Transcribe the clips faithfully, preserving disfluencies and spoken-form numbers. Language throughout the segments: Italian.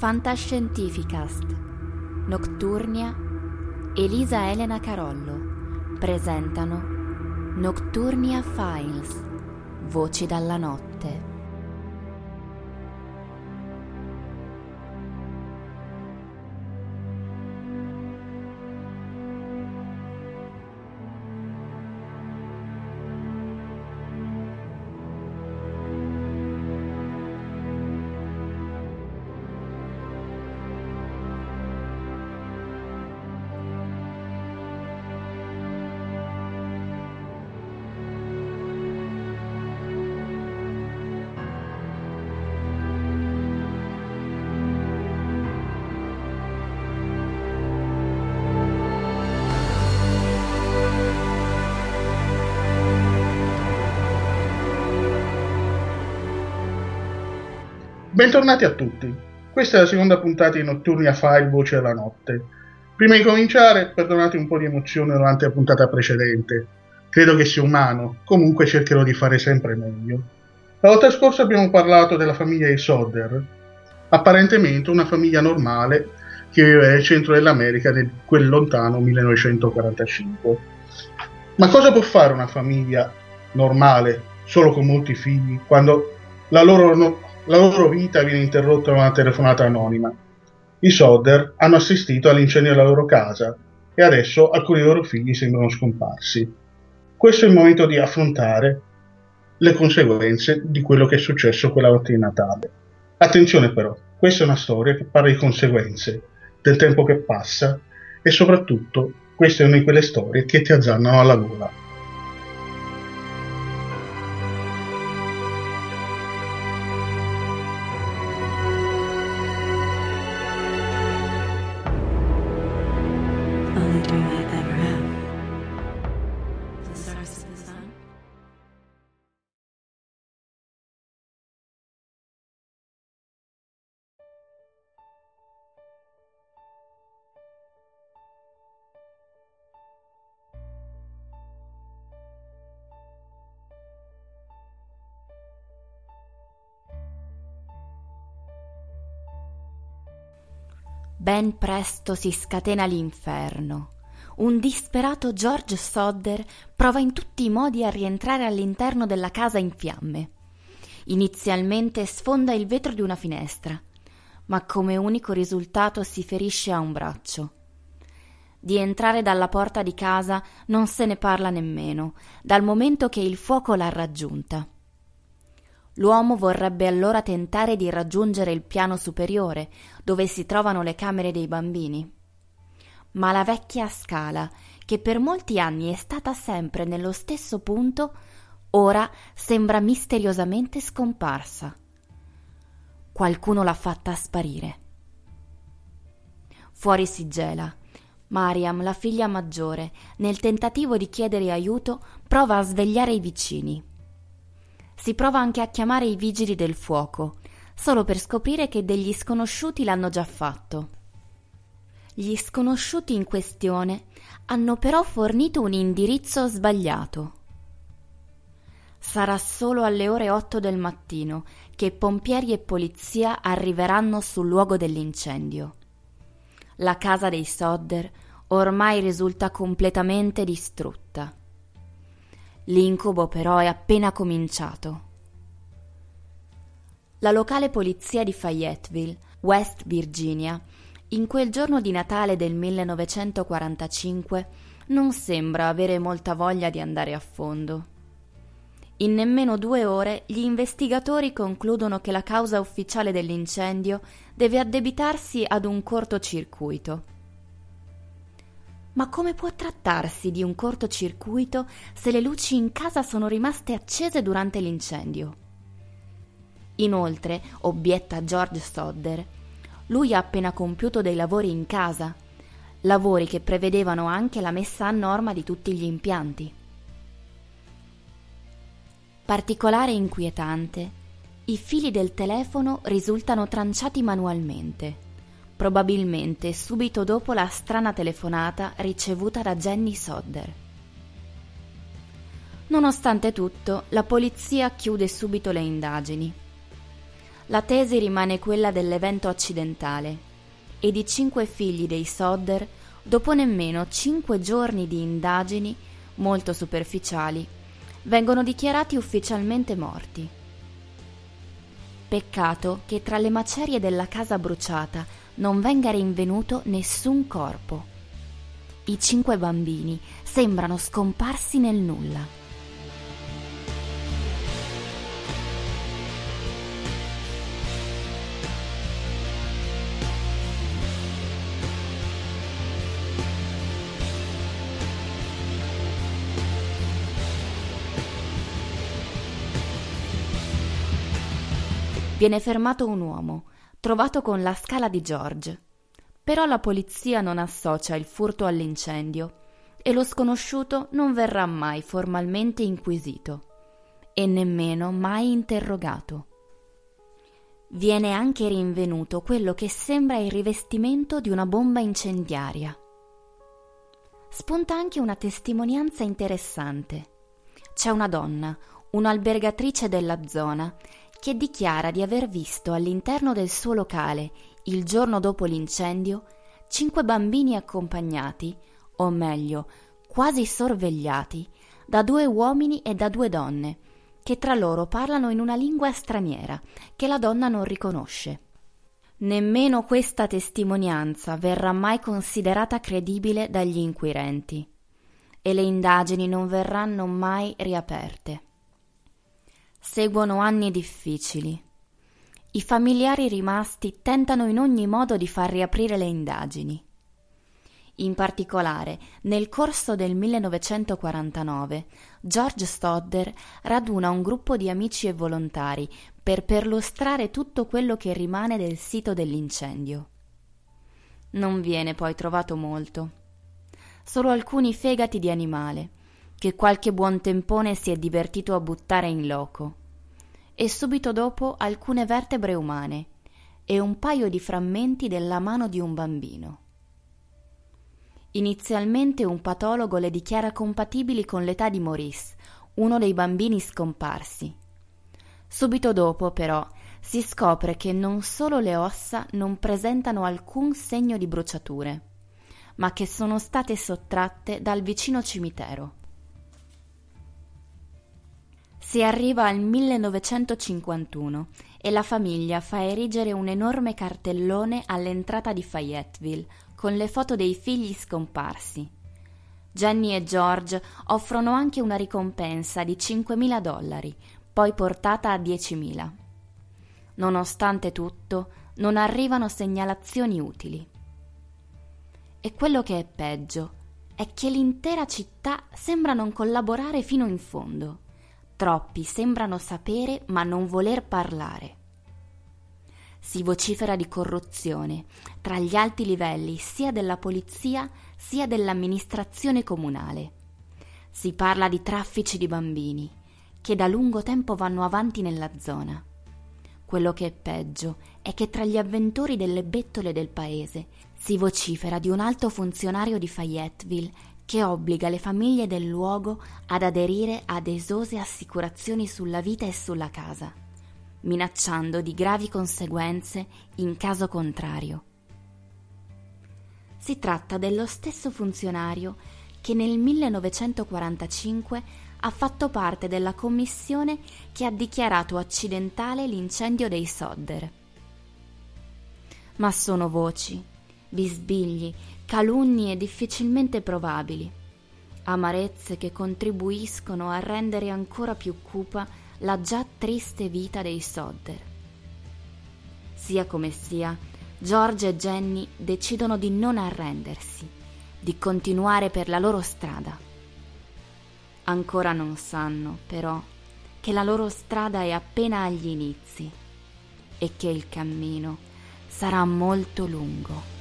Fantascientificast, Nocturnia, Elisa Elena Carollo presentano Nocturnia Files, Voci dalla notte. Bentornati a tutti, questa è la seconda puntata di Nocturnia File Voci della notte. Prima di cominciare, perdonate un po' di emozione durante la puntata precedente, credo che sia umano, comunque cercherò di fare sempre meglio. La volta scorsa abbiamo parlato della famiglia di Sodder, apparentemente una famiglia normale che viveva nel centro dell'America nel quel lontano millenovecentoquarantacinque. Ma cosa può fare una famiglia normale, solo con molti figli, quando la loro... No- La loro vita viene interrotta da una telefonata anonima? I Sodder hanno assistito all'incendio della loro casa e adesso alcuni dei loro figli sembrano scomparsi. Questo è il momento di affrontare le conseguenze di quello che è successo quella notte di Natale. Attenzione però, questa è una storia che parla di conseguenze, del tempo che passa e soprattutto questa è una di quelle storie che ti azzannano alla gola. Ben presto si scatena l'inferno. Un disperato George Sodder prova in tutti i modi a rientrare all'interno della casa in fiamme. Inizialmente sfonda il vetro di una finestra, ma come unico risultato si ferisce a un braccio. Di entrare dalla porta di casa non se ne parla nemmeno, dal momento che il fuoco l'ha raggiunta. L'uomo vorrebbe allora tentare di raggiungere il piano superiore, dove si trovano le camere dei bambini. Ma la vecchia scala, che per molti anni è stata sempre nello stesso punto, ora sembra misteriosamente scomparsa. Qualcuno l'ha fatta sparire. Fuori si gela. Mariam, la figlia maggiore, nel tentativo di chiedere aiuto, prova a svegliare i vicini. Si prova anche a chiamare i vigili del fuoco, solo per scoprire che degli sconosciuti l'hanno già fatto. Gli sconosciuti in questione hanno però fornito un indirizzo sbagliato. Sarà solo alle ore otto del mattino che pompieri e polizia arriveranno sul luogo dell'incendio. La casa dei Sodder ormai risulta completamente distrutta. L'incubo però è appena cominciato. La locale polizia di Fayetteville, West Virginia, in quel giorno di Natale del millenovecentoquarantacinque non sembra avere molta voglia di andare a fondo. In nemmeno due ore gli investigatori concludono che la causa ufficiale dell'incendio deve addebitarsi ad un cortocircuito. Ma come può trattarsi di un cortocircuito se le luci in casa sono rimaste accese durante l'incendio? Inoltre, obietta George Sodder, lui ha appena compiuto dei lavori in casa, lavori che prevedevano anche la messa a norma di tutti gli impianti. Particolare inquietante, i fili del telefono risultano tranciati manualmente, probabilmente subito dopo la strana telefonata ricevuta da Jenny Sodder. Nonostante tutto, la polizia chiude subito le indagini. La tesi rimane quella dell'evento accidentale ed i cinque figli dei Sodder, dopo nemmeno cinque giorni di indagini molto superficiali, vengono dichiarati ufficialmente morti. Peccato che tra le macerie della casa bruciata non venga rinvenuto nessun corpo. I cinque bambini sembrano scomparsi nel nulla. Viene fermato un uomo, trovato con la scala di George. Però la polizia non associa il furto all'incendio e lo sconosciuto non verrà mai formalmente inquisito e nemmeno mai interrogato. Viene anche rinvenuto quello che sembra il rivestimento di una bomba incendiaria. Spunta anche una testimonianza interessante. C'è una donna, un'albergatrice della zona, che dichiara di aver visto all'interno del suo locale, il giorno dopo l'incendio, cinque bambini accompagnati, o meglio, quasi sorvegliati, da due uomini e da due donne, che tra loro parlano in una lingua straniera, che la donna non riconosce. Nemmeno questa testimonianza verrà mai considerata credibile dagli inquirenti, e le indagini non verranno mai riaperte. Seguono anni difficili. I familiari rimasti tentano in ogni modo di far riaprire le indagini. In particolare, nel corso del millenovecentoquarantanove, George Sodder raduna un gruppo di amici e volontari per perlustrare tutto quello che rimane del sito dell'incendio. Non viene poi trovato molto. Solo alcuni fegati di animale, che qualche buontempone si è divertito a buttare in loco, e subito dopo alcune vertebre umane e un paio di frammenti della mano di un bambino. Inizialmente un patologo le dichiara compatibili con l'età di Maurice, uno dei bambini scomparsi. Subito dopo, però, si scopre che non solo le ossa non presentano alcun segno di bruciature, ma che sono state sottratte dal vicino cimitero. Si arriva al millenovecentocinquantuno e la famiglia fa erigere un enorme cartellone all'entrata di Fayetteville con le foto dei figli scomparsi. Jenny e George offrono anche una ricompensa di cinquemila dollari, poi portata a diecimila. Nonostante tutto, non arrivano segnalazioni utili. E quello che è peggio è che l'intera città sembra non collaborare fino in fondo. Troppi sembrano sapere ma non voler parlare. Si vocifera di corruzione tra gli alti livelli sia della polizia sia dell'amministrazione comunale. Si parla di traffici di bambini che da lungo tempo vanno avanti nella zona. Quello che è peggio è che tra gli avventori delle bettole del paese si vocifera di un alto funzionario di Fayetteville che obbliga le famiglie del luogo ad aderire ad esose assicurazioni sulla vita e sulla casa, minacciando di gravi conseguenze in caso contrario. Si tratta dello stesso funzionario che nel millenovecentoquarantacinque ha fatto parte della commissione che ha dichiarato accidentale l'incendio dei Sodder. Ma sono voci, bisbigli, calunnie difficilmente probabili, amarezze che contribuiscono a rendere ancora più cupa la già triste vita dei Sodder. Sia come sia, George e Jenny decidono di non arrendersi, di continuare per la loro strada. Ancora non sanno, però, che la loro strada è appena agli inizi e che il cammino sarà molto lungo.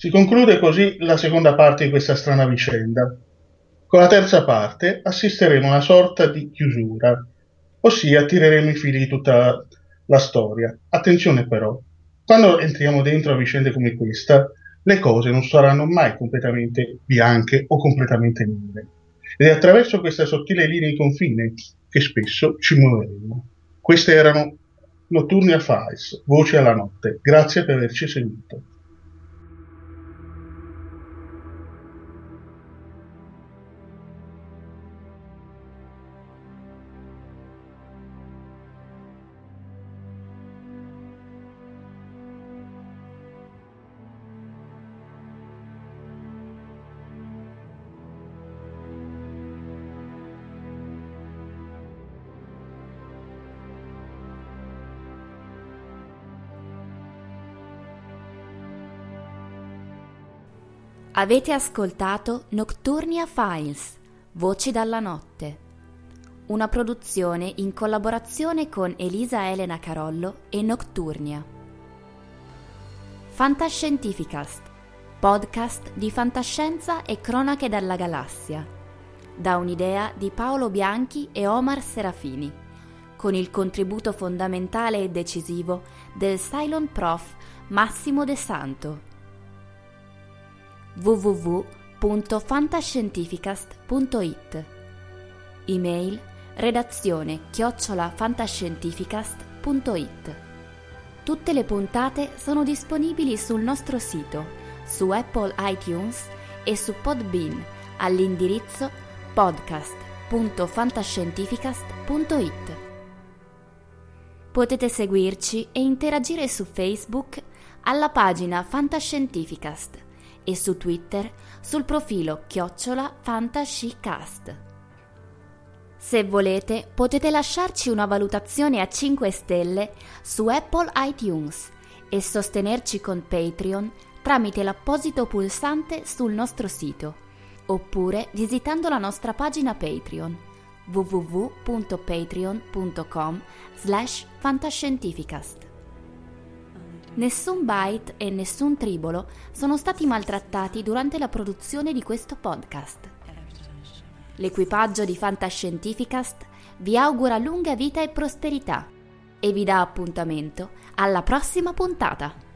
Si conclude così la seconda parte di questa strana vicenda. Con la terza parte assisteremo a una sorta di chiusura, ossia tireremo i fili di tutta la storia. Attenzione però, quando entriamo dentro a vicende come questa, le cose non saranno mai completamente bianche o completamente nere. Ed è attraverso questa sottile linea di confine che spesso ci muoveremo. Queste erano Notturnia Files, Voci alla notte. Grazie per averci seguito. Avete ascoltato Nocturnia Files, Voci dalla notte, una produzione in collaborazione con Elisa Elena Carollo e Nocturnia. Fantascientificast, podcast di fantascienza e cronache dalla galassia, da un'idea di Paolo Bianchi e Omar Serafini, con il contributo fondamentale e decisivo del Cylon Prof Massimo De Santo. w w w punto fantascientificast punto it. Email redazione chiocciola fantascientificast punto it. Tutte le puntate sono disponibili sul nostro sito, su Apple iTunes e su Podbean all'indirizzo podcast punto fantascientificast punto it. Potete seguirci e interagire su Facebook alla pagina Fantascientificast e su Twitter sul profilo chiocciola fantascicast. Se volete potete lasciarci una valutazione a cinque stelle su Apple iTunes e sostenerci con Patreon tramite l'apposito pulsante sul nostro sito, oppure visitando la nostra pagina Patreon w w w punto patreon punto com slash fantascientificast. Nessun byte e nessun tribolo sono stati maltrattati durante la produzione di questo podcast. L'equipaggio di Fantascientificast vi augura lunga vita e prosperità e vi dà appuntamento alla prossima puntata.